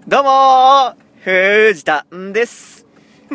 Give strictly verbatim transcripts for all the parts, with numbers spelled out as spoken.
どうもー、藤田です。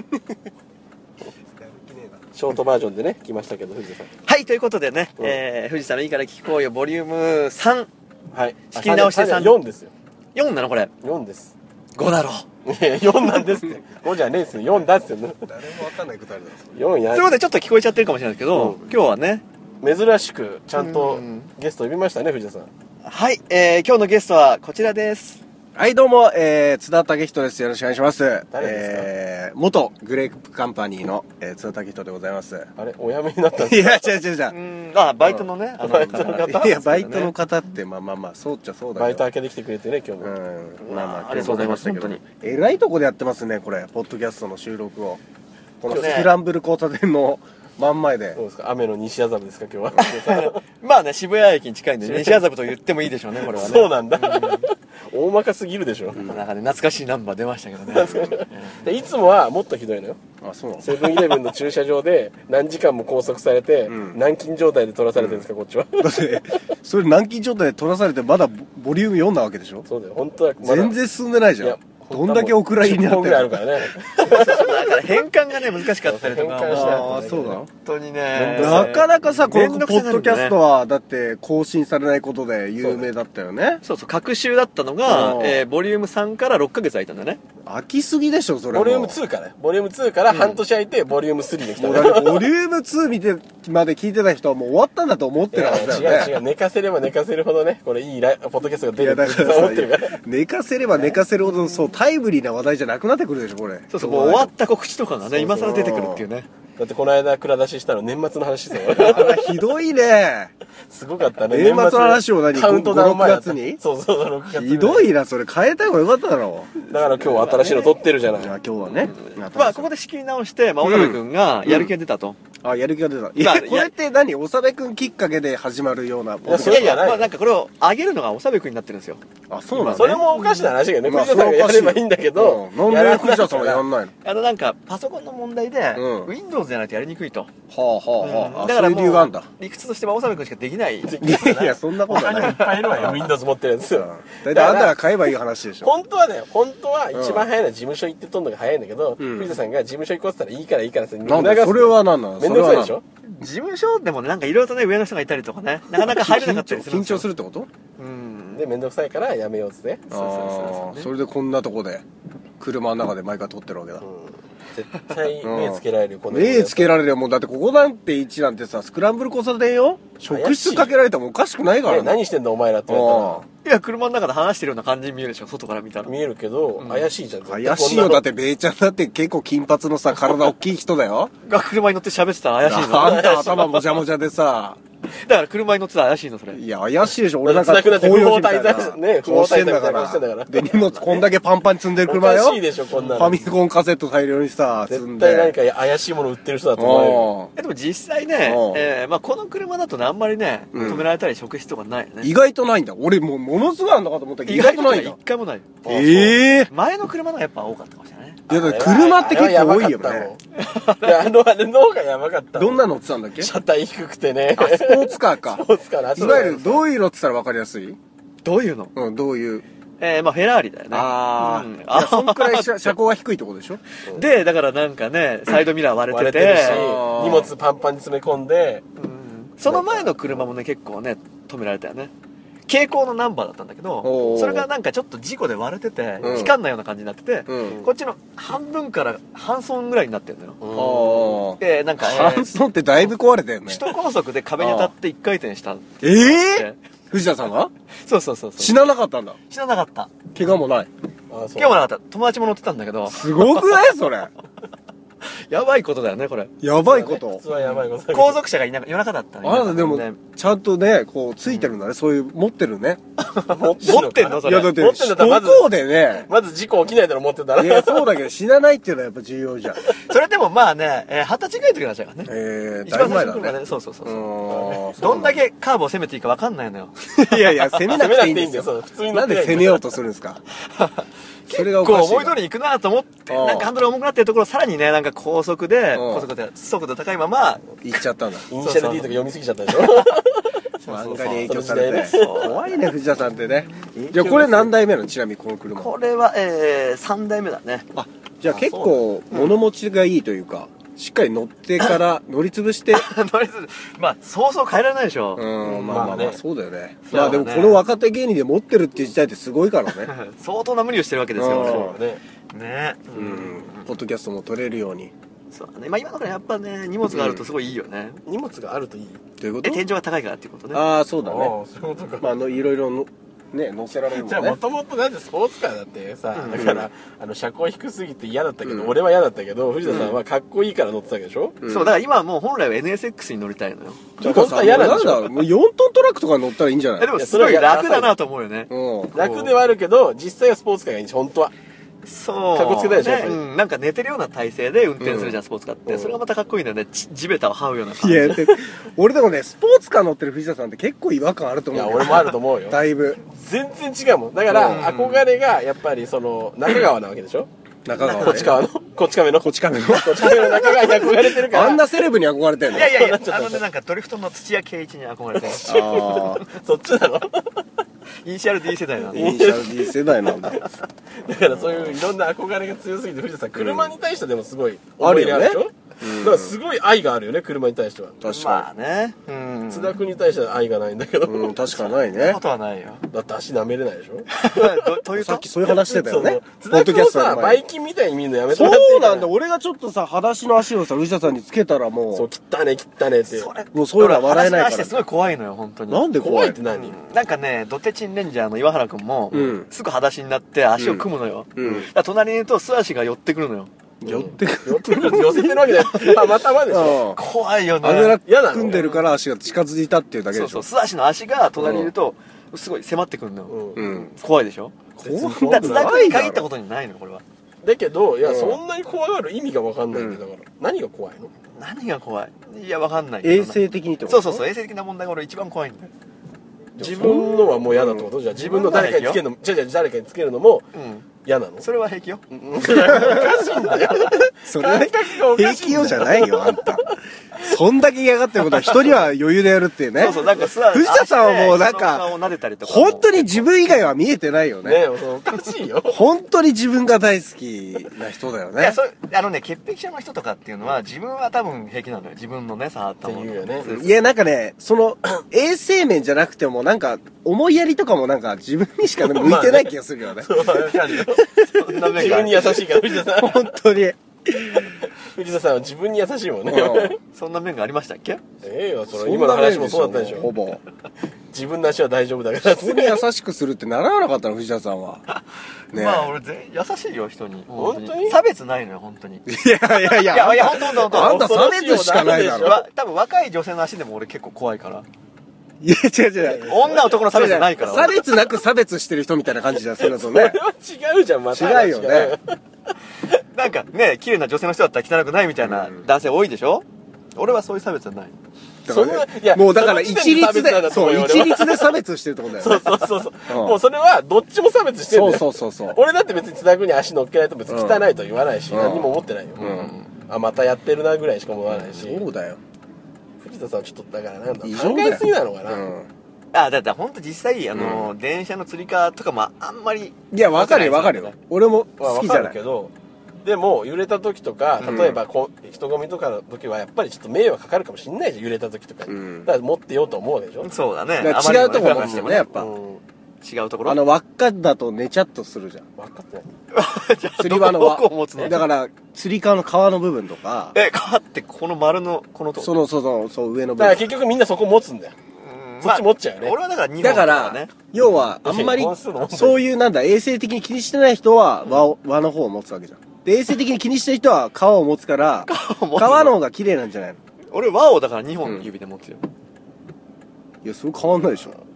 ショートバージョンでね、来ましたけど、藤田さん。 はい、ということでね、 うん、 えー、藤田のいいから聞こうよ、ボリュームさん。 はい。 仕切り直してさん。 よんですよ。 よんなのこれ。 よんです。 ごだろう。 いや、よんなんですって。ごじゃねえっすよ。よんだっすよ。誰もわかんないことあるだろ。 よんや。 ということでちょっと聞こえちゃってるかもしれないですけど、うん、今日はね、 珍しく、ちゃんとゲスト呼びましたね、藤田さん。 はい、えー、今日のゲストはこちらです。 はい、どうも、えー、津田武人です。よろしくお願いします。 誰ですか？ えー、元グレープカンパニーの、えー、津田武人でございます。 あれ、お辞めになったんですか？いや、違う違う違う。 うん、あ、バイトのね、あの、 バイトの方。 いや、バイトの方って、まあまあまあ、そうっちゃそうだけど。 バイト明けで来てくれてね、今日も。 うん。まあまあ、 ありがとうございます、本当に。 えらいとこでやってますね、これ、ポッドキャストの収録を。このスクランブル交差点の真ん前で。 そうですか、雨の西麻布ですか、今日は。 まあね、渋谷駅に近いんで、西麻布と言ってもいいでしょうね、これはね。 そうなんだ。大まかすぎるでしょ。 なんかね、懐かしいナンバー出ましたけどね。 でいつもはもっとひどいのよ。 あ、そうなの？ セブンイレブンの駐車場で何時間も拘束されて、うん、軟禁状態で撮らされてるんですか、うん、こっちは。 だってそれ軟禁状態で撮らされてまだボリュームよんなわけでしょ。 そうだよ、本当はまだ全然進んでないじゃん。どんだけお蔵入りになってるあるからね。 だから変換がね難しかったりとか。 ああ、そうだ。 本当にね。 なかなかさ、このポッドキャストはだって更新されないことで有名だったよね。 そうそう、隔週だったのが、えー、ボリュームさんからろっかげつ空いたんだね。 飽きすぎでしょ、それ。 ボリュームツーからね。ボリュームツーから半年空いて、ボリュームスリーで来たね。 ボリュームツー見てまで聞いてた人はもう終わったんだと思ってるはずだよね。 違う違う、寝かせれば寝かせるほどね、これいいラポッドキャストが出るって思ってるから。 寝かせれば寝かせるほど、そう、タイムリーな話題じゃなくなってくるでしょ、これ。 そうそう、もう終わった告知とかがね、今更出てくるっていうね。 だってこの間蔵出ししたの年末の話ですよ。 あら、ひどいね。 すごかったね。 年末の話を何カウントダウン前ろくがつに？ そうそう、ろくがつ。 ひどいな、それ変えた方がよかっただろう。だから今日新しいの撮ってるじゃない。 今日はね。 まあ、ここで仕切り直して、まあ、長部くんがやる気が出たと。 あ、やる気が出た。いや、これって何？長部くんきっかけで始まるような。いや、いやいや、まあなんかこれを上げるのが長部くんになってるんですよ。 あ、そうなんだ。 それもおかしな話だよね。藤田さんがやればいいんだけど。 なんで藤田さんはやんないの？ あのなんか、パソコンの問題で、Windows じゃないとやりにくいと。 はあはあはあ。 だからそういう理由があるんだ。 理屈としては長部くんしかできない。いやいや、そんなことない。 他にもいっぱいいるわよ、Windows 持ってるやつ。 だいたいあんたが買えばいい話でしょ。 本当はね、本当は一番早いのは事務所行って撮るのが早いんだけど、藤田さんが事務所行こうって言ったらいいからいいからってなんでそれは何なの？ めんどくさいでしょ？ 事務所でもね、なんかいろいろとね、上の人がいたりとかね、なかなか入れなかったりする。 緊張するってこと？ うん。 で、めんどくさいからやめようっつって。 そうそうそう。それでこんなとこで、車の中で毎回撮ってるわけだ。 絶対目つけられる、この目つけられるよ。もうだってここなんていちなんてさ、スクランブル交差点よ。職質かけられてもおかしくないからね。 何してんだお前らって言われたら。 いや、車の中で話してるような感じに見えるでしょ、外から見たら。 見えるけど、怪しいじゃん。 怪しいよ。だってベイちゃんだって結構金髪のさ、体大きい人だよ。 が車に乗って喋ってたら怪しいの。 あんた頭もじゃもじゃでさ。 だから車に乗ってたら怪しいの、それ。 いや、怪しいでしょ。俺なんか、 こういう状態ね、 こうしてんだから。で、荷物こんだけパンパンに積んでる車よ。 怪しいでしょ、こんなの。ファミコンカセット大量にさ、積んで。 絶対何か怪しいもの売ってる人だと思うよ。 え、でも実際ね、えー、まあこの車だとね、あんまりね、止められたり職質とかないよね。 意外とないんだ。俺もうものすごいあんのかと思ったけど、意外とないんだ。 一回もない。 ええ。 前の車の方がやっぱ多かったかもしれないね。 いや、だから車って結構多いよね。 いや、あの、あれの方がやばかった。 どんなのってたんだっけ？ 車体低くてね。 あ、スポーツカーか。 スポーツカーな。 いわゆるどういうのって言ったら分かりやすい？ どういうの？ うん、どういう。 えー、まあフェラーリだよね。 ああ。いや、そんくらい車高が低いとこでしょ？ で、だからなんかね、サイドミラー割れてて。 割れてるし、荷物パンパンに詰め込んで。 その前の車もね、結構ね、止められたよね。蛍光のナンバーだったんだけど、それがなんかちょっと事故で割れてて、光んないような感じになってて、こっちの半分から半損ぐらいになってるのよ。で、なんか、 半損ってだいぶ壊れたよね。 首都高速で壁に当たって一回転した。 ええ？藤田さんが？ そうそうそうそう。 死ななかったんだ。 死ななかった。 怪我もない。 怪我もなかった。友達も乗ってたんだけど。 すごくないそれ。 やばいことだよね、これ。 やばいこと。 普通はやばいこと。 後続車がいな夜中だったね。 あなたでも、ちゃんとね、こう、ついてるんだね。そういう、持ってるね。 持ってんのそれ。 いや、だって、首都高でね。 まず事故起きないだろ、持ってたら。 いや、そうだけど、死なないっていうのはやっぱ重要じゃん。 それでもまあね、えー、二十歳ぐらいの時になっちゃうからね。 えー、だいぶ前だね。 そうそうそうそう。どんだけカーブを攻めていいか分かんないのよ。 いやいや、攻めなくていいんですよ。 普通になんで攻めようとするんですか。 それが結構思い通りに行くなと思って、なんかハンドル重くなってるところをさらにね、なんか高速で、高速で速度高いまま、 行っちゃったんだ。 イニシャル D とか読みすぎちゃったでしょ。 漫画に影響されて怖いね藤田さんってね。じゃあこれ何代目なの？ちなみにこの車これはえー、さんだいめだね。 あ、じゃあ結構物持ちがいいというか、しっかり乗ってから乗り潰して乗り潰まあそうそう変えられないでしょ。 うん、まあまあまあそうだよね。 まあでもこの若手芸人で持ってるっていう時代ってすごいからね。 相当な無理をしてるわけですよ。 そうね。 ね。 うん。ポッドキャストも撮れるように。 そうだね。まあ今のからやっぱね荷物があるとすごいいいよね。 荷物があるといい。 どういうこと？ え天井が高いからっていうことね。 ああそうだね。 そういうことか。 まああのいろいろのね乗せられるもんね。 じゃあもともとなんでスポーツカーだってさ、だからあの車高低すぎて嫌だったけど、俺は嫌だったけど藤田さんはかっこいいから乗ってたわけでしょ。 そうだから今はもう本来は エヌエスエックス に乗りたいのよ。 本当は嫌なんでしょ。 もうよんトントラックとか乗ったらいいんじゃない？ でもすごい楽だなと思うよね。 楽ではあるけど実際はスポーツカーがいいんです本当は。 そうかっこつけたいでしょ、ね、 うん、なんか寝てるような体勢で運転するじゃん、うん、スポーツカーって、うん、それがまたかっこいいんだよね。地べたを這うような感じ。いや俺でもねスポーツカー乗ってる藤田さんって結構違和感あると思う。 いや俺もあると思うよ。 だいぶ全然違うもん。だから、うん、憧れがやっぱりその中川なわけでしょ。中川、ね、こっち側のこっち亀のこっち亀のこっち亀の中川に憧れてるからあんなセレブに憧れてんの。 いやいやいやあのねなんかドリフトの土屋圭一に憧れてる。 あそっちなの。 イニシャル D 世代なんだ。 イニシャル D 世代なんだ。 だからそういういろんな憧れが強すぎて藤田さん車に対してでもすごい思い入れあるでしょ。だからすごい愛があるよね車に対しては。 確かに。 まあね。 津田君に対しては愛がないんだけど。 うん確かないね。 そんなことはないよ。 だって足舐めれないでしょ。 というさっきそういう話してたよね。 津田君をさバイキンみたいに見るのやめてもらっていい。 そうなんだ。俺がちょっとさ裸足の足をさ藤田さんにつけたらもうそう汚ね汚ねってもうそういうのは笑えないから。 話してすごい怖いのよ本当に。 なんで怖いって何？ なんかねドテチンレンジャーの岩原君もすぐ裸足になって足を組むのよ。だから隣にいると素足が寄ってくるのよ。 寄ってくる寄ってくる寄せてるわけだよ。たまたまでしょ。 怖いよね。 あぐら組んでるから足が近づいたっていうだけでしょ。 そうそう素足の足が隣にいるとすごい迫ってくるのよ。怖いでしょ。怖い。津田君に限ったことにないのこれは。 だけどいやそんなに怖がる意味が分かんないんだから何が怖いの？ 何が怖い？いや分かんない。 衛生的にってこと？ そうそうそう衛生的な問題が俺一番怖いんだよ。 自分のはもう嫌だってこと？じゃあ自分の誰かにつけるのじゃじゃ誰かにつけるのも嫌なの？ それは平気よ。 おかしいんだよ。 それは平気よじゃないよあんた。そんだけ嫌がってることは人には余裕でやるっていうね。 そうそうなんか藤田さんはもうなんか本当に自分以外は見えてないよね。 ねおかしいよ。 本当に自分が大好きな人だよね。 いやそあのね潔癖症の人とかっていうのは自分は多分平気なのよ。自分のね触ったものよね。 いやなんかねその衛生面じゃなくてもなんか思いやりとかもなんか自分にしか向いてない気がするよね。 そうわかるよ。そんな自分に優しいから藤田さん。 本当に。 藤田さんは自分に優しいもんね。 そんな面がありましたっけ？ ええよそれ今の話もそうだったでしょ。 ほぼ。 自分の足は大丈夫だから。 人に優しくするって習わなかったの藤田さんは。 ね、まあ俺全優しいよ人に。 本当に？ 差別ないのよ本当に。いやいやいや。 いやいや本当本当あんた差別しかないだろ。 多分若い女性の足でも俺結構怖いから。 いや違う違う。 女男の差別じゃないから。 差別なく差別してる人みたいな感じじゃんそれだとね。 それは違うじゃんまた。 違うよね。 なんかね綺麗な女性の人だったら汚くないみたいな男性多いでしょ。俺はそういう差別はない。 そんないやもうだから一律でそう一律で差別してるってことだよね。 そうそうそうそう。もうそれはどっちも差別してるんだよ。 そうそうそうそう。 俺だって別に津田君に足乗っけないと別に汚いと言わないし何にも思ってないよ。あまたやってるなぐらいしか思わないし。 そうだよ。 藤田さんはちょっとだからなんだ考えすぎなのかな。 あだって本当実際あの電車のつり革とかもあんまりいや分かるよ分かるよ。俺も好きじゃないけど。でも揺れた時とか例えばこう人混みとかの時はやっぱりちょっと迷惑かかるかもしれないじゃん揺れた時とかに、うん、だから持ってようと思うでしょ。 そうだね。 違うところもねやっぱ、うん、 違うところあの輪っかだと寝ちゃっとするじゃん。 輪っかって何？釣り輪の輪だから釣り革の皮の部分とかえ皮ってこの丸のこのとこそのそうそうそう上の部分だから結局みんなそこ持つんだよ。そっち持っちゃうよね。 俺はだからにほんだから要はあんまりそういうなんだ衛生的に気にしてない人は輪を輪の方を持つわけじゃん。で衛生的に気にしてる人は皮を持つから皮の方が綺麗なんじゃないの？ 俺輪をだからにほん指で持つよ。 いやそれ変わんないでしょ。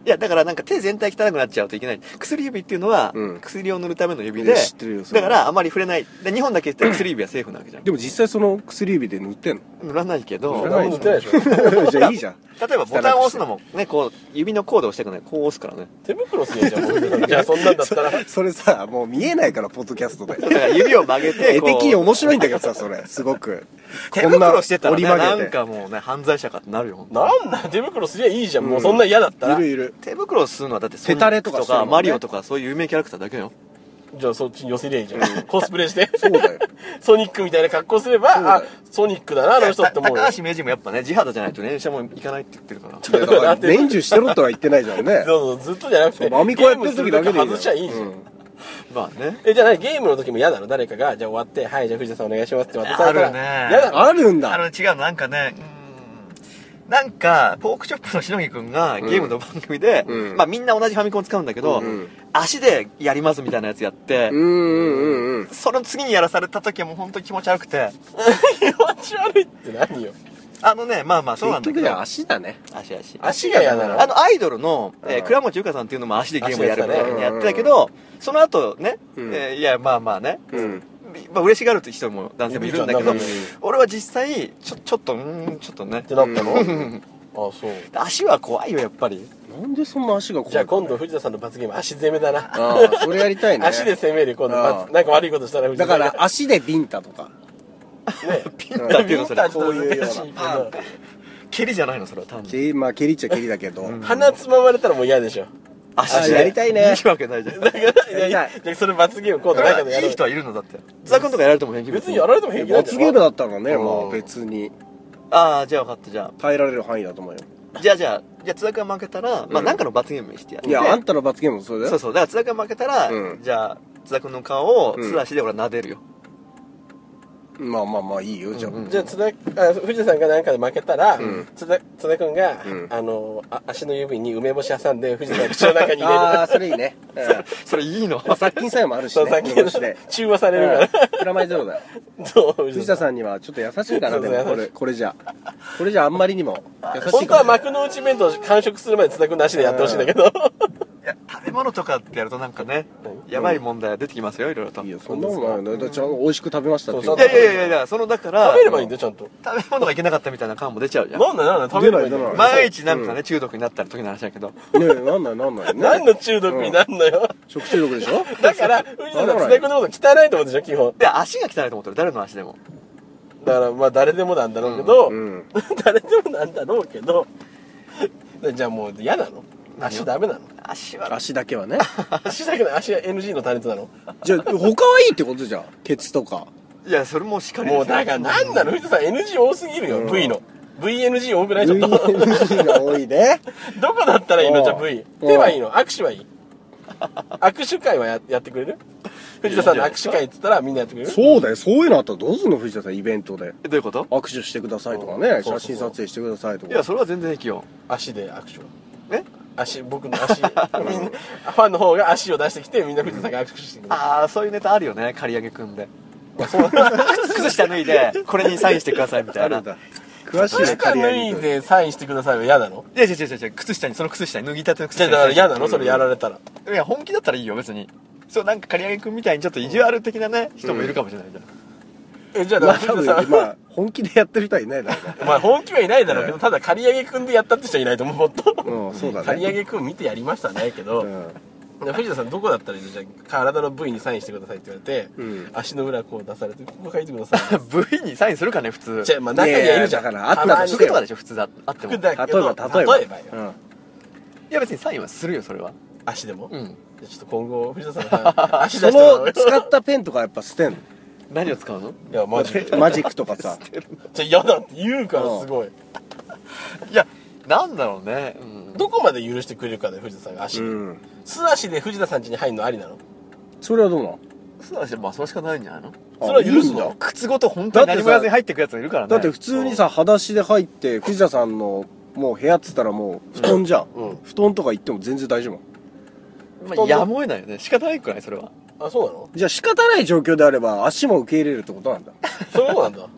いやだからなんか手全体汚くなっちゃうといけない。薬指っていうのは、うん、薬を塗るための指で、知ってるよ。だからあまり触れない。で日本だけ言ったら薬指はセーフなわけじゃん。 でも実際その薬指で塗ってんの？ 塗らないけど。 塗らない塗ってないでしょ。 じゃあいいじゃん。 例えばボタンを押すのもね、こう指のコードを押していくのにこう押すからね。 手袋すりゃいいじゃん。じゃあそんなんだったらそ。それさ、もう見えないからポッドキャストで。 だから指を曲げて。 絵的に面白いんだけどさ、それすごく。 手袋してたらね、なんかもうね犯罪者かってなるよ。 なんだ手袋すりゃいいじゃん。もうそんな嫌だったら。 いるいる。 手袋をするのはだってソニックとかマリオとかそういう有名キャラクターだけよ。 じゃあそっちに寄せりゃいいじゃん。コスプレして。 そうだよ。 ソニックみたいな格好すれば、あ、ソニックだな、あの人って思うよ。 高橋名人もやっぱね、地肌じゃないと連射もいかないって言ってるから。 だから年中してろとは言ってないじゃんね。 そうそう、ずっとじゃなくて。 マミコやってる時だけでいい。 外しちゃいいじゃん。 まあね。 え、じゃあ何ゲームの時も嫌なの？誰かが、じゃあ終わって、はい、じゃあ藤田さんお願いしますって渡されたら。 あるね。 嫌なの？ あるんだ。 あの、違うの、なんかね、なんか、ポークチョップのしのぎくんがゲームの番組で、うん、まあみんな同じファミコン使うんだけど、うん、足でやりますみたいなやつやって、 うんうんうん、 その次にやらされた時はもう本当に気持ち悪くて。 気持ち悪いって何よ。 あのね、まあまあそうなんだけど。 結局足だね。 足足。 足が嫌なの。 あのアイドルの、えー、倉持ゆかさんっていうのも足でゲームやるみたいにやってたけど、その後ね、うん、えー、いやまあまあね、うんまあ嬉しがるって人も男性もいるんだけど、俺は実際ちょちょっとうんちょっとねってなったの？ああそう。 足は怖いよやっぱり。 なんでそんな足が怖い？ じゃあ今度藤田さんの罰ゲーム足攻めだな。 ああそれやりたいね。 足で攻める今度なんか悪いことしたら藤田さん。だから足でビンタとか。 ねビンタっていうのそれ。 こういうような。 蹴りじゃないのそれは単に。 まあ蹴りっちゃ蹴りだけど。 鼻つままれたらもう嫌でしょ。 足やりたいね。 いいわけないじゃん。だからいやいやそれ罰ゲーム今度中でやる。 いい人はいるのだって。津田君とかやられても平気。 別にやられても平気なん罰ゲームだったらねまあ別に。 ああじゃあ分かったじゃあ。 耐えられる範囲だと思うよ。 じゃあじゃあじゃあ津田君が負けたらまあなんかの罰ゲームにしてやる。 いやあんたの罰ゲームもそれだよ。 そうそうだから津田君が負けたらじゃあ津田君の顔を素足で俺は撫でるよ。 まあまあまあいいよじゃあ、 うん、じゃあ津田あ藤田さんが何かで負けたら、うん、津田津田君が、うん、あのあ足の指に梅干し挟んで藤田さん口の中に入れるああそれいいね、 うん、それいいの殺菌作用もあるしね殺菌で中和されるからプラマイゼロだよ藤田さんにはちょっと優しいかなでもこれこれじゃこれじゃあんまりにも優しい本当は幕の内弁当完食するまで津田君の足でやってほしいんだけどいや食べ物とかってやるとなんかね、うん、やばい問題が出てきますよいろいろと。 いやそんなもんないよね。だって美味しく食べましたって。いやいやいやいやそのだから食べればいいんだよちゃんと。 食べ物がいけなかったみたいな感も出ちゃうじゃん。 なんだなんだ食べればいいんだよ。 毎日なんかね、うん、中毒になった時の話だけど。 ねえなんないなんないね。 何の中毒になるのよ。 うん、食中毒でしょ。 だから藤田さん津田君のこと汚いと思うでしょ基本。 いや足が汚いと思ってる誰の足でも。 だからまあ誰でもなんだろうけど、うんうん、誰でもなんだろうけどじゃあもう嫌なの？足ダメなの？ 足は足だけはね足だけは足は エヌジー のタレントなの？ じゃあ他はいいってことじゃんケツとか。 いやそれもしかりもうだからなんなの藤田さん エヌジー 多すぎるよ、うん、V の ブイエヌジー 多くないちょっとブイエヌジー が多いねどこだったらいいのじゃあ V 手はいいの握手はいい握手会は や, やってくれる藤田さんの握手会って言ったらみんなやってくれる？ そうだよそういうのあったらどうすんの藤田さんイベントで。 えどういうこと？ 握手してくださいとかね写真撮影してくださいとか。 いやそれは全然平気よ。 足で握手はえ足僕の足みんなファンの方が足を出してきてみんな藤田さんが握手してくれる。 ああそういうネタあるよね刈り上げ組んで靴下脱いでこれにサインしてくださいみたいな。 詳しいね。靴下脱いでサインしてくださいは嫌なの？ いや違う違う違う靴下にその靴下に脱ぎたての靴下に。 だから嫌なのそれやられたら。 いや本気だったらいいよ別に。そうなんか刈り上げ君みたいにちょっと意地悪的なね人もいるかもしれないじゃん。 えじゃあだからさまあ本気でやってる人はいないだろうね。 まあ本気はいないだろうけどただ刈り上げ君でやったって人はいないと思うもっと。 うんそうだね。 刈り上げ君見てやりましたねけど。藤田さんどこだったらいいの？じゃあ体の部位にサインしてくださいって言われて、うん、足の裏こう出されてここ書いてください部位にサインするかね普通。 じゃあまあ中にはいるじゃん。 だからあったら服とかでしょ普通だあっても。 服だけど例えば例えば例えばよ、うん、 いや別にサインはするよそれは。 足でも？ うん。 じゃあちょっと今後藤田さんの足出してもらうよ。その使ったペンとかやっぱ捨てんの？ 何を使うの？ いやマジックマジックとかさじゃあ嫌だって言うからすごい。 いやなんだろうね、うん、 どこまで許してくれるかで藤田さんが足で、うん、素足で藤田さん家に入るのありなの？ それはどうなの？ 素足でまあそれしかないんじゃないの？ それは許すの？ 靴ごと本当に何も言わずに入ってくやついるからね。 だって普通にさ裸足で入って藤田さんのもう部屋っつったらもう布団じゃん、うん、布団とか行っても全然大丈夫。 まあやむを得ないよね。仕方ないくないそれは。 あそうなの？ じゃあ仕方ない状況であれば足も受け入れるってことなんだ。 そうなんだ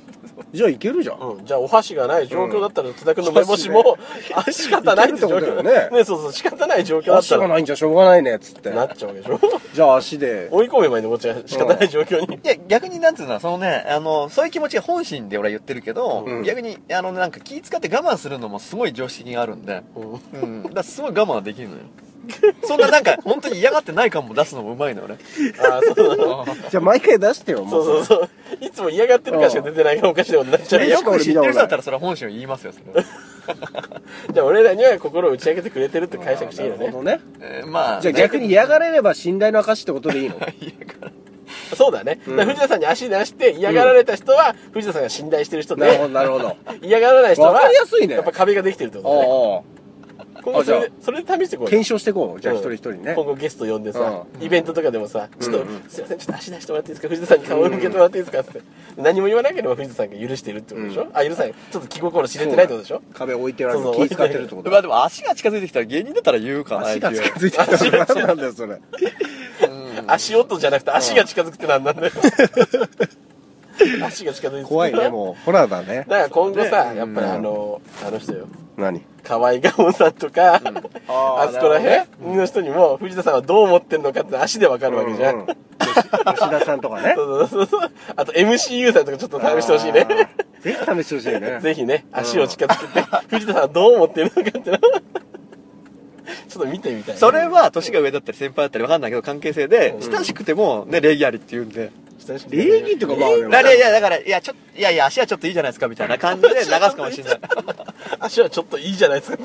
じゃあいけるじゃん。 うん。じゃあお箸がない状況だったら津田君の目星も、あ、仕方ないって状況ね。 ね、そうそう、仕方ない状況だった足がら。 ないんじゃしょうがないねっつって。 なっちゃうわけでしょ。 じゃあ足で。 追い込めばいいの、こっちが仕方ない状況に。 いや、逆になんつうの、そのね、あの、そういう気持ちが本心で俺は言ってるけど、 うん逆に、あの、なんか気使って我慢するのもすごい常識があるんで、 うんうん。だからすごい我慢はできるのよ。そんななんか、本当に嫌がってない感も出すのもうまいのよね。 ああ、そうなの。 じゃあ毎回出してよ、もそうそうそう。いつも嫌がってるからしか出てないからおかしいことになっちゃうよ。 よく知ってる人だったらそれは本心を言いますよ、それは。 じゃあ俺らには心を打ち上げてくれてるって解釈していいのね。 なるほどね。 えーまあ、 じゃあ逆に嫌がれれば信頼の証ってことでいいの？ そうだね。だから藤田さんに足出して嫌がられた人は藤田さんが信頼してる人で、 なるほど、なるほど。 嫌がらない人はわかりやすいねやっぱ壁ができてるってことだね。 ああ。 今後それでそれで試してこいよ。 検証していこう。じゃあ一人一人ね。 今後ゲスト呼んでさ、 うイベントとかでもさ、ちょっと、すいません、ちょっと足出してもらっていいですか、藤田さんに顔を向けてもらっていいですかって。何も言わなければ藤田さんが許してるってことでしょ、あ、許さない。ちょっと気心知れてないってことでしょ。 壁置いてられるそうそう気使ってるってことまあでも足が近づいてきたら芸人だったら言うかな。 足が近い。 づいてきたら何なんだよ、それ。 足音じゃなくて足が近づくってなんなんだよ。足が近づいて怖いね、もう。ホラーだね。 だから今後さ、やっぱりあの、あの人よ。 何？ 河合我さんとか、 ああそこら辺の人にも、藤田さんはどう思ってんのかって足でわかるわけじゃん。 吉田さんとかね。 そうそうそう。あと エムシーユー さんとかちょっと試してほしいね。 ぜひ試してほしいね。 ぜひね、足を近づけて、藤田さんはどう思ってるのかってのちょっと見てみたい、ね。 それは年が上だったり先輩だったり分かんないけど関係性で、親しくてもね、礼儀ありって言うんで。 礼儀とかまあでも。 いやいや、だから、いや、ちょっと、いやいや、足はちょっといいじゃないですかみたいな感じで流すかもしれない。 足はちょっといいじゃないですか。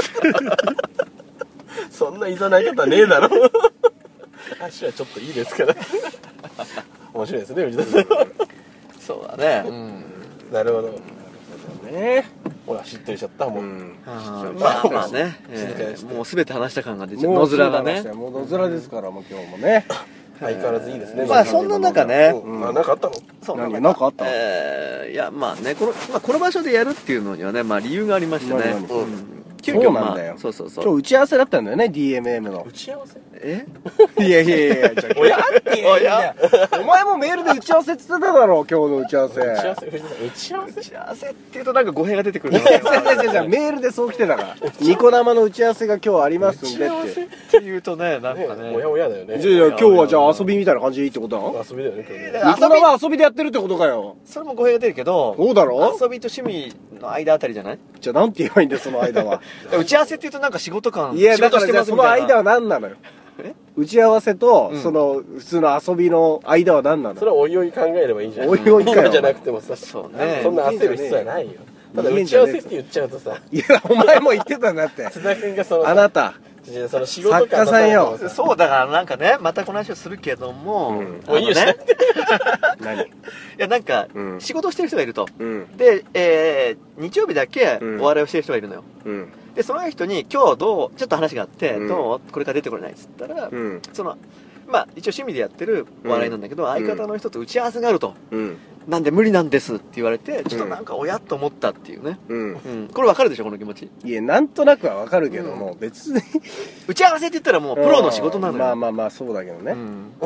そんないざない方ねえだろ。足はちょっといいですから。面白いですね、藤田さん。 そうだね。うん。 なるほど。 ね。 ほら、知ってるしちゃった、もう。 まあまあね。もうすべて話した感が出ちゃう。野面がね。 もう野面ですから、もう今日もね。 相変わらずいいですね。 まあそんな中ね。 あ、なんかあったの？ そう何なんかあった？ えー、いやまあね、このまあこの場所でやるっていうのにはね、まあ理由がありましてね。 急遽なんだよ。 そうそうそう。 今日打ち合わせだったんだよね、ディーエムエム の。 打ち合わせ？ え？ いやいやいやいや、 おやっておやお前もメールで打ち合わせって言ってただろ、今日の打ち合わせ。 打ち合わせ、藤田さん、打ち合わせ？ 打ち合わせって言うとなんか語弊が出てくる。 違う違う違う、メールでそう来てたから。ニコ生の打ち合わせが今日ありますんでって。 って言うとね、なんかね。 おやおやだよね。 じゃあ今日はじゃあ遊びみたいな感じでいいってことなの？ 遊びだよね、今日ね。 ニコ生遊びでやってるってことかよ。 それも語弊が出るけど。 そうだろ？ 遊びと趣味の間あたりじゃない？ じゃあなんて言えばいいんだよ、その間は。 打ち合わせって言うとなんか仕事感。 いや、だからじゃあその間は何なのよ。打ち合わせと、その普通の遊びの間は何なの？ それはおいおい考えればいいじゃん。 おいおいかよ。 今じゃなくてもさ、 そうね。 そんな焦る必要はないよ。ただ打ち合わせって言っちゃうとさ。 いや、お前も言ってたんだって。 津田君がその。 あなた。 その仕事感作家さんよ。 そうだからなんかね、またこの話をするけども。 もういいよね。 何？いやなんか、仕事をしてる人がいると。 うんで、えー、日曜日だけお笑いをしてる人がいるのよ。 うんで、その人に今日どう、ちょっと話があって、 うんどうこれから出てこれないっつったら、 うんその、まあ一応趣味でやってるお笑いなんだけど、相方の人と打ち合わせがあると。 うんなんで無理なんですって言われて、ちょっとなんか親と思ったっていうね。 うんうん。これわかるでしょ、この気持ち。 いや、なんとなくはわかるけども、別に。 打ち合わせって言ったらもうプロの仕事なのよ。 まあまあまあ、そうだけどね。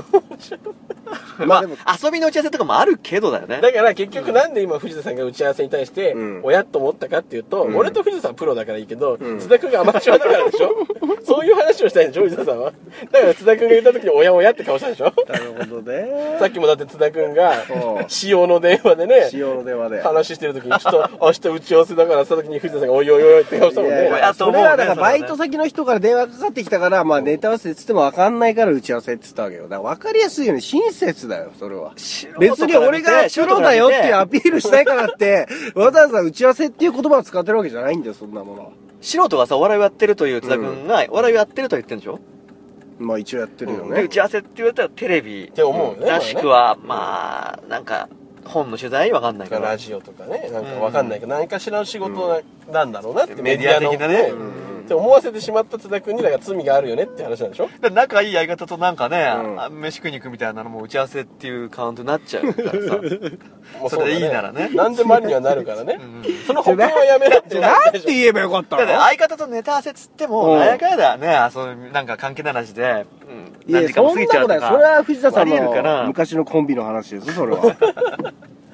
まあ、遊びの打ち合わせとかもあるけどだよね。 だから結局なんで今藤田さんが打ち合わせに対してうん親と思ったかっていうと、 うん俺と藤田さんはプロだからいいけど、 うん津田君がアマチュアだからでしょそういう話をしたいんでしょ藤田さんは。だから津田君が言った時に親親って顔したでしょなるほどね。 さっきもだって津田君がそう使用の電話でね使用の電話で。 話してる時にちょっと明日打ち合わせだからその時に藤田さんがおいおいおいって顔したもんね。 いやいや親と思うねそれはだからバイト先の人から電話かかってきたから、まあネタ合わせっつっても分かんないから打ち合わせって言ったわけよ。だから分かりやすいように親切だよ、それは。別に俺がプロだよっていうアピールしたいからって、わざわざ打ち合わせっていう言葉を使ってるわけじゃないんだよ、そんなものは。 素人がさ、お笑いをやってるという津田君が、お笑いをやってると言ってるんでしょ？ まあ一応やってるよで、 ね打。ち合わせって言われたらテレビ。 って思うよね。 らしくは、まあ、なんか、本の取材わかんないけど。 ラジオとかね、なんかわかんないけど、何かしらの仕事なんだろうなって、 メディア的なねって思わせてしまった津田君にだから罪があるよねって話なんでしょ。 で仲いい相方となんかね、 うんあ飯食いに行くみたいなのも打ち合わせっていうカウントになっちゃうからさ。 もうそれでいいならね。 何でもありにはなるからね。その保険はやめなってなんて言えばよかっただっての？ 相方とネタ合わせっつっても、 うんなんやかんやだね、そういうなんか関係ない話で、うん、 いや、そんなことない。それは藤田さんありえるかのな昔のコンビの話ですよ、それは。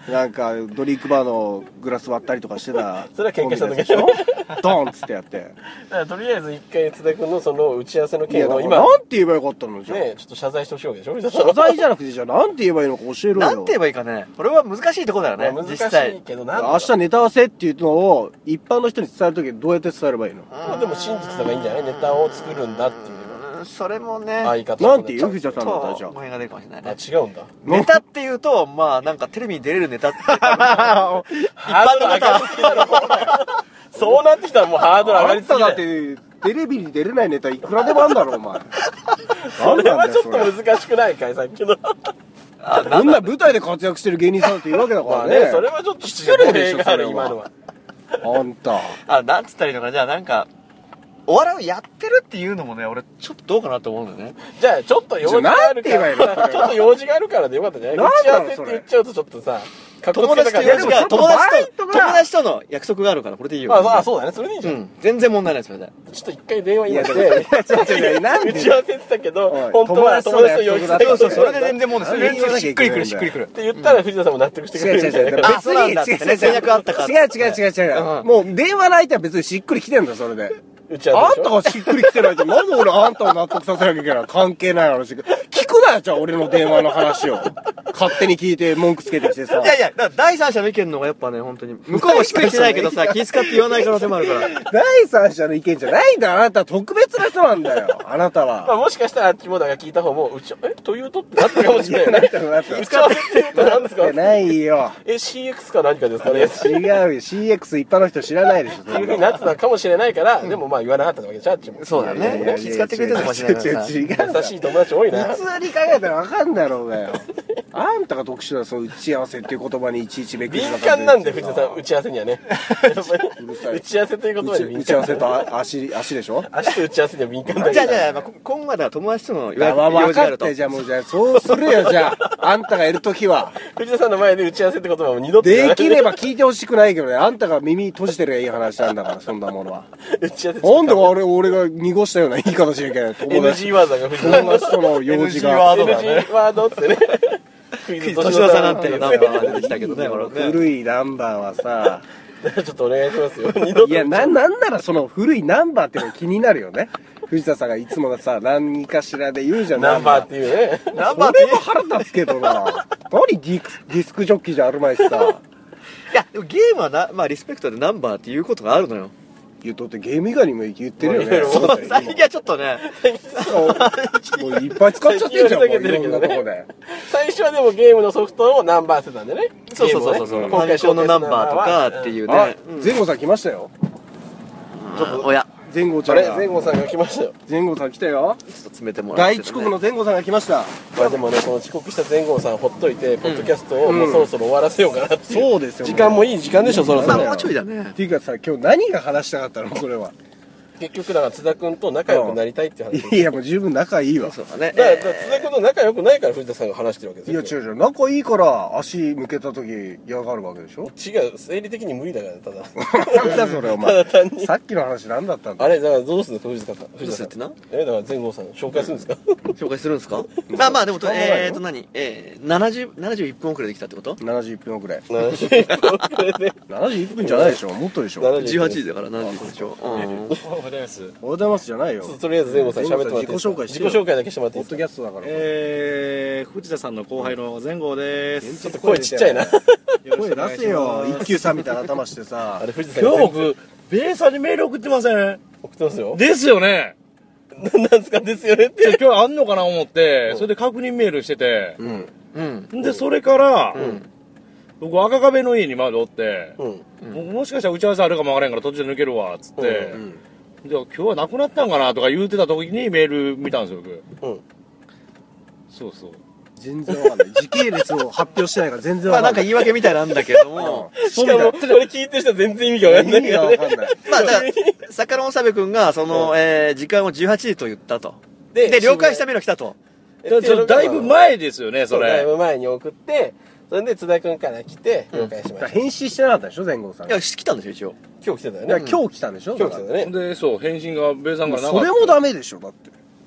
なんかドリンクバーのグラス割ったりとかしてた。 それは喧嘩した時でしょ。 ドンっつってやって。 だからとりあえず一回津田君のその打ち合わせのいや件を今なんて言えばよかったのじゃん。 ねちょっと謝罪してほしいわけでしょ。 謝罪じゃなくてじゃあなんて言えばいいのか教えろよ。 なんて言えばいいかね。これは難しいところだよね、 まあ難し実際いけどなん明日ネタ合わせっていうのを一般の人に伝えるときどうやって伝えればいいの？ まあでも真実だがいいんじゃない？ネタを作るんだっていううんそれもね相方なんて言うう藤田さんだったらじゃ語弊が出るかもしれないあね。 違うんだ。 ネタっていうとまあなんかテレビに出れるネタって一般ハードル上がりすぎだろ。そうなってきたらもうハードル上がりすぎだだってテレビに出れないネタいくらでもあんだろお前。 それはちょっと難しくないかいさっきの。 こんな舞台で活躍してる芸人さんっているわけだかまらね。 あねそれはちょっと失礼でしょ語弊があるそれは今のは。 あんた。 あなんつったらいいのかな。じゃあなんかお笑いをやってるっていうのもね俺ちょっとどうかなと思うんだよね。 じゃあちょっと用事があるかじゃあなんて言えばいいのらちょっと用事があるからでよかったんじゃない？ なん打ち合わなのそれせって言っちゃうとちょっとさかっこ友つけたから達と用事がちょっと友達とバイトが友達との約束があるからこれでいいよ。 ああそうだねそれでいいじゃん。 うん全然問題ないですそれで。 ちょっと一回電話今していや違う違うなんで打ち合わせてたけどおい本当は友達と用事だったそうそうそれで全然問題そない。 れ言わなきゃしっくりくるいけないんだよしっくりくる。 って言ったら藤田さんも納得してくれるみたいなあそうなんだってね戦略あったから違う違う違う違う、 うんもう電話の相手は別にしっくり来てんだそれで。 打ち合わせでしょあんたがしっくり来てないとなんで俺あんたを納得させなきゃいけない関係ない話。聞くなよじゃあ俺の電話の話を。勝手に聞いて文句つけてきてさ。 いやいやだから第三者の意見の方がやっぱね本当に向こうもしっくりしてないけどさ気遣って言わない可能性もあるから。 第三者の意見じゃないんだよあなたは特別な人なんだよあなたは。 まあもしかしたらあっちもだが聞いた方もうちえというとってなったかもしれないよね。 なったなった打ち合わせって言うと何ですかないよ。 え シーエックス か何かですかねって違うよ シーエックス 一般の人知らないでしょ。 いうふうになってたかもしれないからでもまあ言わなかったわけでしょあっちもそうだよね気遣ってくれてるかもしれないからさ。 違う違う違う違う優しい友達多いな普通に考えたら分かんだろうがよ。あんたが特殊なその打ち合わせっていう言葉にいちいちめくり敏感なんで藤田さん打ち合わせにはねうるさい打ち合わせという言葉に敏打ち合わせ感と足足でしょ。 足と打ち合わせには敏感だじゃあじゃあ、まあ、こ今後はだから友達とのあまあ分用事があるとかってじゃあもうじゃあそうするよじゃああんたがいる時は藤田さんの前で打ち合わせって言葉も二度と言わないできれば聞いてほしくないけどねあんたが耳閉じてりゃいい話なんだからそんなものは。 打ち合わせなんで俺俺が濁したような言い方しなきゃいけない友エヌ達ジー ワードが藤田さん友達との用事エヌジー ワーがドだねエヌジー ワードってねクイクイズ年の差なんていうナンバーが出てきたけどねこれね。 古いナンバーはさちょっとお願いしますよ二度といやななんならその古いナンバーっていうのが気になるよね。藤田さんがいつもさ何かしらで言うじゃんナンバーっていうねナンバーってそれも腹立つけどな何ディクディスクジョッキーじゃあるまいしさいやでもゲームはなまあリスペクトでナンバーっていうことがあるのよ。 言っとってゲーム以外にも言ってるよね。 もうそう最近はちょっとねもういっぱい使っちゃってんじゃんもういろんなとこで。 最初はでもゲームのソフトをナンバーしてたんでねそうそうそうそうそうゲームをね今回のナンバーとかっていうあね。うん前後さん来ましたよ。 ちょっとおや前後ちゃあれんが前後さんが来ましたよ前後さん来たよ。 ちょっと詰めてもらって、 大遅刻の前後さんが来ました。 まあでもねこの遅刻した前後さんほっといてポッドキャストをもうそろそろ終わらせようかなっていうそうですよ時間もいい時間でしょそろそろまあもうちょいだねっていうかさ今日何が話したかったのこれは。 結局だから津田君と仲良くなりたいっていう話いやもう十分仲いいわ。 そうだねだからだから津田君と仲良くないから藤田さんが話してるわけですいやよ違う違う仲いいから足向けた時嫌がるわけでしょ。 違う生理的に無理だからただなんだそれおただ前。 単にさっきの話何だったんだ。 あれだからどうするんですか藤田さん藤田さんどうするってなえだから前後さん紹介するんですか紹介するんですかまあまあでもとしょうがないよえーと何えー、ななじゅう、ななじゅういっぷん遅れできたってことななじゅういっぷん遅れ。 ななじゅういっぷん遅れでななじゅういっぷんじゃないでしょ。もっとでしょ。おはようじゅうはちじだからななじゅういっぷんでしょうんおはようございます。 ございますじゃないよ。 とりあえず前後さん喋ってもらっていいですか自己紹介してよ自己紹介だけしてもらっていいポッですかドキャストだから。 えー、藤田さんの後輩の前後です。 ちょっと声ちっちゃいなよろし声くお願いし出せよ。 ます一休さんみたいな頭してさあ。れ藤田さん今日僕、ベーサーにメール送ってません送ってますよですよね。 なんですかですよねってで今日あんのかな思って、それで確認メールしてて、 うん。 うんで、それから、 ん僕赤壁の家にまでおって、 うんももしかしたら打ち合わせあるかもわからんから途中で抜けるわ、つって、 うん。 で今日はなくなったんかなとか言うてた時にメール見たんですよ、僕。 うんそうそう。 全然わかんない。時系列を発表してないから全然まあなんかわかんない。 言い訳みたいなんだけどもしかもこれ聞いてる人は全然意味がわかんない意味がわかんない。 まあだから坂野澤部君がその、えー時間をじゅうはちじと言ったとでで了解したメールが来たとだだだいぶ前ですよね、そそうだいれ。 ぶ前に送ってそれで津田君から来て了解しました返信してなかったでしょ前後さん。 いや来たんですよ一応今日来てたよねいや今日来たんでしょ今日来てたねで、そう、返信がベイさんからなかった。 それもダメでしょだって。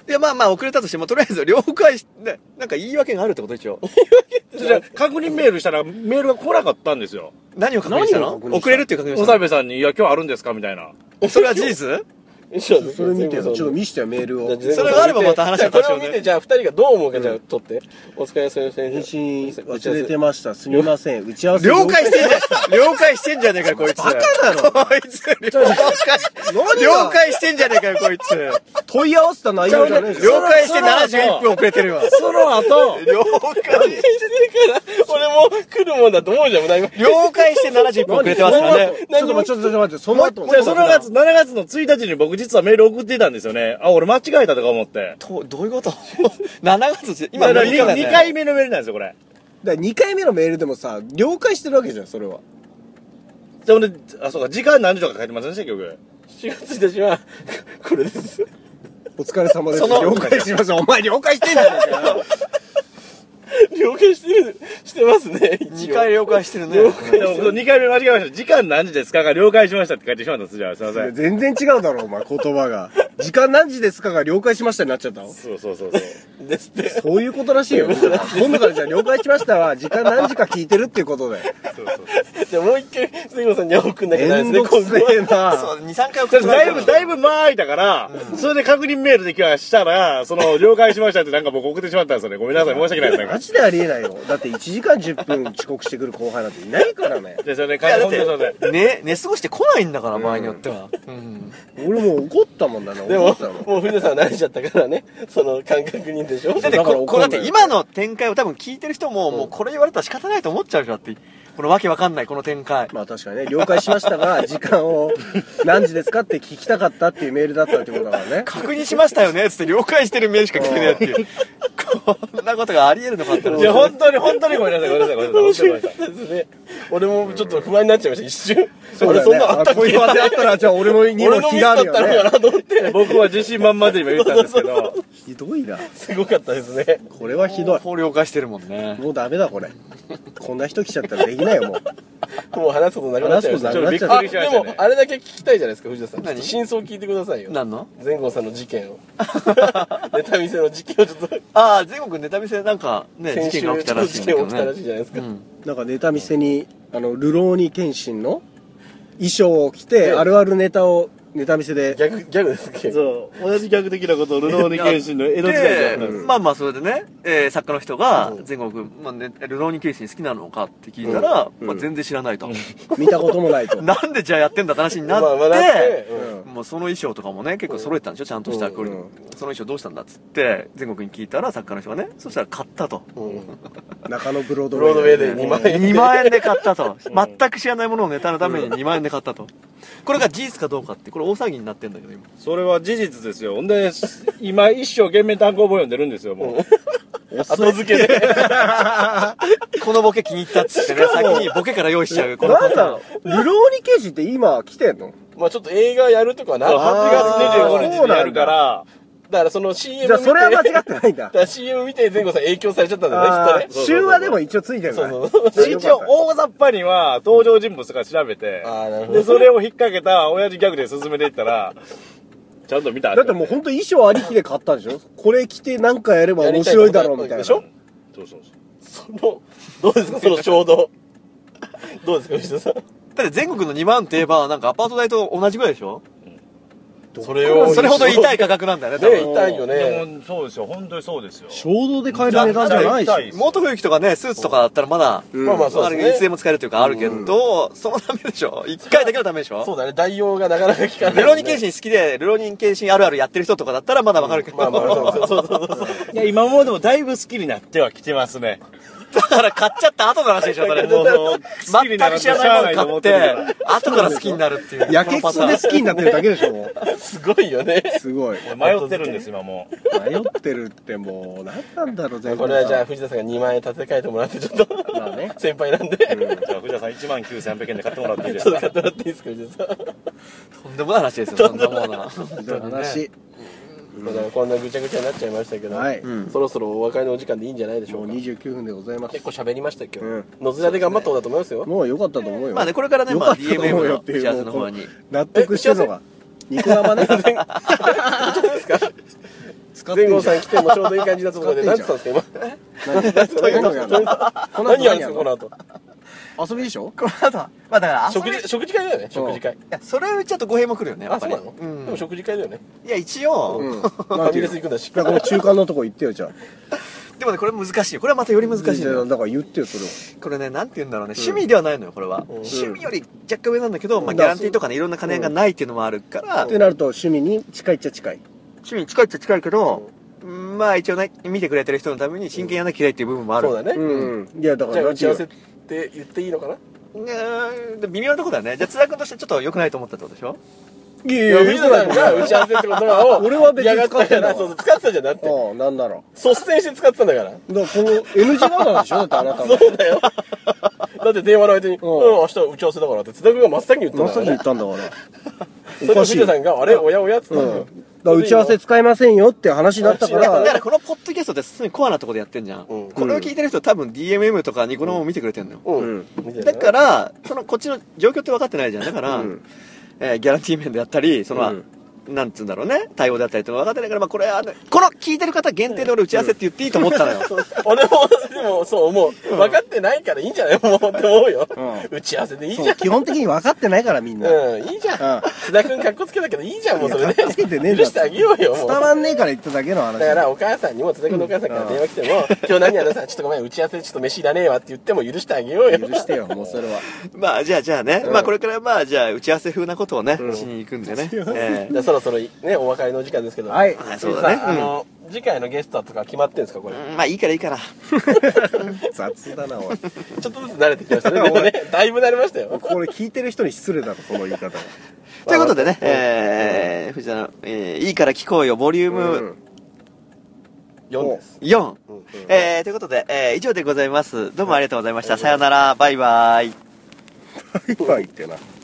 いや、まあまあ遅れたとしても、とりあえず了解し、ね、なんか言い訳があるってこと一応。 じゃあ確認メールしたらメールが来なかったんですよ。 何を確認したの？遅れるっていう確認したの？ 長部さんに、いや、今日あるんですかみたいな。 それは事実？ それ見てよ、ちょっと見せてよ、メールを。 それがあればまた話がこれを見て、じゃあ二人がどう思うか、じゃあ撮って。お疲れ様です。 返信忘れてました。すみません。打ち合わせ。 了解してんじゃん。了解してんじゃねえかよ、こいつ。 バカだろ。 こいつ。了解。了解してんじゃねえかよ、こいつ。 問い合わせた内容じゃねえじゃん。 了解してななじゅういっぷん遅れてるわ。 その後、 了解してるから、俺も来るもんだと思うじゃん、 了解してななじゅういっぷん遅れてますからね。 ちょっと待って、ちょっと待って、その後。 その夏、しちがつのついたちに僕実はメール送ってたんですよね。あ、俺間違えたとか思って。 どどういうこと ?しちがつ、今にかいめのメールなんですよ、これ。だからにかいめのメールでもさ、了解してるわけじゃん、それは。 じゃあ俺、あ、そうか、時間何時とか書いてませんでした、曲。 しちがつついたちは、これです。 お疲れ様です。 その了解します。お前了解してんじゃねえかよ。 了解してる、してますね。 にかい了解してるね。 でもにかいめ間違えました。時間何時ですかが了解しましたって書いてしまったんです。じゃあ、すいません。 全然違うだろ、お前、言葉が。時間何時ですかが了解しましたになっちゃったの？ そうそうそうそう。 ですって。 そういうことらしいよ。今度からじゃあ了解しましたは、時間何時か聞いてるっていうことで。 そうそうじゃあもう一回、杉野さんには送んなきゃめんないですね、 どくせえな。 そう、に、さんかい送ってだいぶ、だいぶ間空いたから、それで確認メールで今日はしたら、その、了解しましたってなんか僕送ってしまったんですよね。ごめんなさい、申し訳ないです。 マジでありえないよ。だっていちじかんじゅっぷん遅刻してくる後輩なんていないからね。 ですよね、 いや、だっ本当にそうでて、ね、寝過ごして来ないんだから、場合によっては。うん俺もう怒ったもんだな、 でも怒ったもん。、 もう藤田さんは慣れちゃったからね、その感覚認でしょ。 だってこ、 だから怒んないこれだって今の展開を多分聞いてる人も、もうこれ言われたら仕方ないと思っちゃうでしょ、だって。このわけわかんない、この展開。 まあ確かにね、了解しましたが、時間を何時ですかって聞きたかったっていうメールだったってことだからね。 確認しましたよねつって了解してるメールしか来てないっていう。こんなことがあり得るのかっていや、本当に、本当にごめんなさい、ごめんなさい、ごめんなさい。 面白かったですね。俺もちょっと不安になっちゃいました、一瞬。 そうだよね。 あれそんなあったっ問い合わせあったら、じゃあ俺もにも俺のミス気があるよだったのかね。 なと思って。 僕は自信満々で今言ったんですけど、 ひどいな。 すごかったですね。 これはひどい。 こう了解してるもんね。 もうダメだ、これ。こんな人来ちゃったらできないよ、もう。 もう話すことなくなっちゃいました。 話すことなくなっちゃうあ、 びっくりしましたねでも、あれだけ聞きたいじゃないですか、藤田さん。 何真相聞いてくださいよ。 何の前後さんの事件を。ネタ見せの事件をちょっと、 ああ、全国ネタ見せなんかね、 先週事件が起きたらしいんだけど事件起きたらしいね。 じゃないですか。 うん。 なんかネタ見せに、あの、ルローニケンシンの衣装を着て、あるあるネタをネタ見せで。 ギャグ、ギャグですっけ。 そう、同じ逆的なことをルノーニケンシンの江戸時代でやったんです。 まあまあそれでね、えー作家の人が全国、まあね、ルローニケンシン好きなのかって聞いたら、まあ全然知らないと。 見たこともないと。 なんでじゃあやってんだって話になっまあまあなってて、 うんもうその衣装とかもね、結構揃えてたんでしょちゃんとしたクオリティうんうんその衣装どうしたんだっつって、全国に聞いたら作家の人がね、そしたら買ったと。 うん中野ブロードブロードウェイでねにまん円。 にまん円で買ったと。全く知らないものをネタのためににまん円で買ったと。これが事実かどうかって、これ大騒ぎになってんだけど今。 それは事実ですよ。ほんで、今一生懸命単行本読んでるんですよ、もう。 後付けで。 このボケ気に入ったっつってね、先にボケから用意しちゃう、このパターンなんだろ。う。ルローニケンシンって今来てんの？ まあちょっと映画やるとかな。 はちがつにじゅうごにちにやるかあら、 だからその シーエム 見て。 じゃあそれは間違ってないんだだ。から シーエム 見て前後さん影響されちゃったんだよね、きっとね。 あー週話でも一応ついてるんだ。 そうそうで一応大雑把には登場人物から調べて、 あーなるほどで、それを引っ掛けた親父ギャグで進めていったら、ちゃんと見た。 だってもう本当衣装ありきで買ったんでしょ？これ着てなんかやれば面白いだろうみたいな。 でしょ？ そうそうそう。 その、どうですか、その衝動。どうですか、藤田さん。 だって全国のにまんって言えば、なんかアパート代と同じぐらいでしょそれを。 それほど痛い価格なんだよね、多ね、 分。 痛いよでね。 も、そうですよ。本当にそうですよ。 衝動で買える値段じゃないし。 元冬樹とかね、スーツとかだったらまだ、 うんまあまあそうあですね。 れいつでも使えるというかあるけど、そのためでしょ一回だけのためでしょそうだね、代用がなかなか効かない。 ルローニケンシン好きで、ルローニケンシンあるあるやってる人とかだったらまだわかるけど、 まあまあ、そうそうそうそう。 いや、今もでもだいぶ好きになってはきてますね。 だから買っちゃった後の話でしょ、それ。 もう全く知らないもの買って、後から好きになるっていう。 やけくそで好きになってるだけでしょ、もすごいよね。 う。すごい。 迷ってるんです、今もう。 迷ってるってもう、何なんだろう、全これはじゃあ藤田さんがにまん円立て替えてもらってちょっとまあね。 先輩なんでじゃあ、藤田さんいちまんきゅうせんはっぴゃくえんで買ってもらっていいですかちょっと買ってもらっていいですか、藤田さん。 とんでもない話ですよ、そんなものは。 話。 まあだからこんなぐちゃぐちゃになっちゃいましたけど、 はい。 うんそろそろお別れのお時間でいいんじゃないでしょもううか。 にじゅうきゅうふんでございます結。構喋りましたけど、 うん野面で頑張った方だと思いますよ。 もう良かったと思うよ。 まあね、これからね、まあ良かったとディーエムエム の思うよっていう打ち合わせの方に。 納得してるのが。肉生ね。 使ってんじゃん。 前後さん来てもちょうどいい感じだったところで、何て言ったんですか、今。何やるんですか、この後。 遊びでしょこの後はまあだから食事、食事会だよね、食事会。いやそれちょっと語弊も来るよね、やっあ、 ぱり。 そうなのでも食事会だよね。 いや一応ファミレス行くんだし。 この中間のとこ行ってよ、じゃあ。 でもねこれ難しいよ。これはまたより難しいのよ。 だから言ってよ、それを。 これねなんて言うんだろうね、趣味ではないのよこれは。趣味より若干上なんだけど、まあギャランティーとかねいろんな金がないっていうのもあるから。 ってなると趣味に近いっちゃ近い。 趣味に近いっちゃ近いけど、まあ一応ね見てくれてる人のために真剣やんなきゃいけないっていう部分もある。 そうだね。 うん。いやだからじゃあ打ち合わせって言っていいのかな。 微妙なとこだね。じゃあ津田君としてちょっと良くないと思ったってことでしょ。 いいや、藤田さんが打ち合わせって言葉を俺は別に使ってんだそうそう、使ってたじゃん、だって。 ああ、なんだろ率先して使ってたんだから。 う。だからこの エヌジー なんでしょだってあなたも。 そうだよ。だって電話の相手に、うん、明日打ち合わせだからって津田君が真っ先に言ったんだから。 真っ先に言ったんだから。 それで藤田さんが、あれおやおやって言ったんだよ。 だから打ち合わせ使いませんよって話になったから。 だからこのポッドキャストってすごいコアなとこでやってんじゃん。これを聞いてる人多分 ディーエムエム とかニコ生も見てくれてんのよ。 うんだから、そのこっちの状況って分かってないじゃん。だから、えー、ギャランティー面であったり、その、うん、なんつうんだろうね、対応であったりってのが分かってないから、まあこれは、この聞いてる方限定で俺打ち合わせって言っていいと思ったのよ。 俺も、でもそう思う。分かってないからいいんじゃないもうって思うよ。打ち合わせでいいじゃん。 基本的に分かってないからみんな。 うん、いいじゃん。津田君かっこつけたけどいいじゃん、もうそれで。 つけてねえんだ。 許してあげようよ、もう。 伝わんねえから言っただけの話。 だからお母さんにも、津田君のお母さんから電話来ても、今日何やるさ、ちょっとごめん、打ち合わせちょっと飯いらねえわって言っても許してあげようよ。 許してよ、もうそれは。 まあじゃあじゃあね、まあこれからまあじゃあ打ち合わせ風なことをね、しに行くんでね。 じゃあそろそろね、お別れの時間ですけど。 はい。 そうだね。 あの、次回のゲストとか決まってんですか、これ。 まあいいからいいから。 雑だな、おい。 ちょっとずつ慣れてきましたね。でもね、だいぶ慣れましたよ。 これ聞いてる人に失礼だろ、その言い方は。 ということでね、えー、藤田の、えー、いいから聞こうよ、ボリュームよんです。 よん。えー、ということで、えー、以上でございます。どうもありがとうございました。さよなら、バイバイ。 バイバイってな。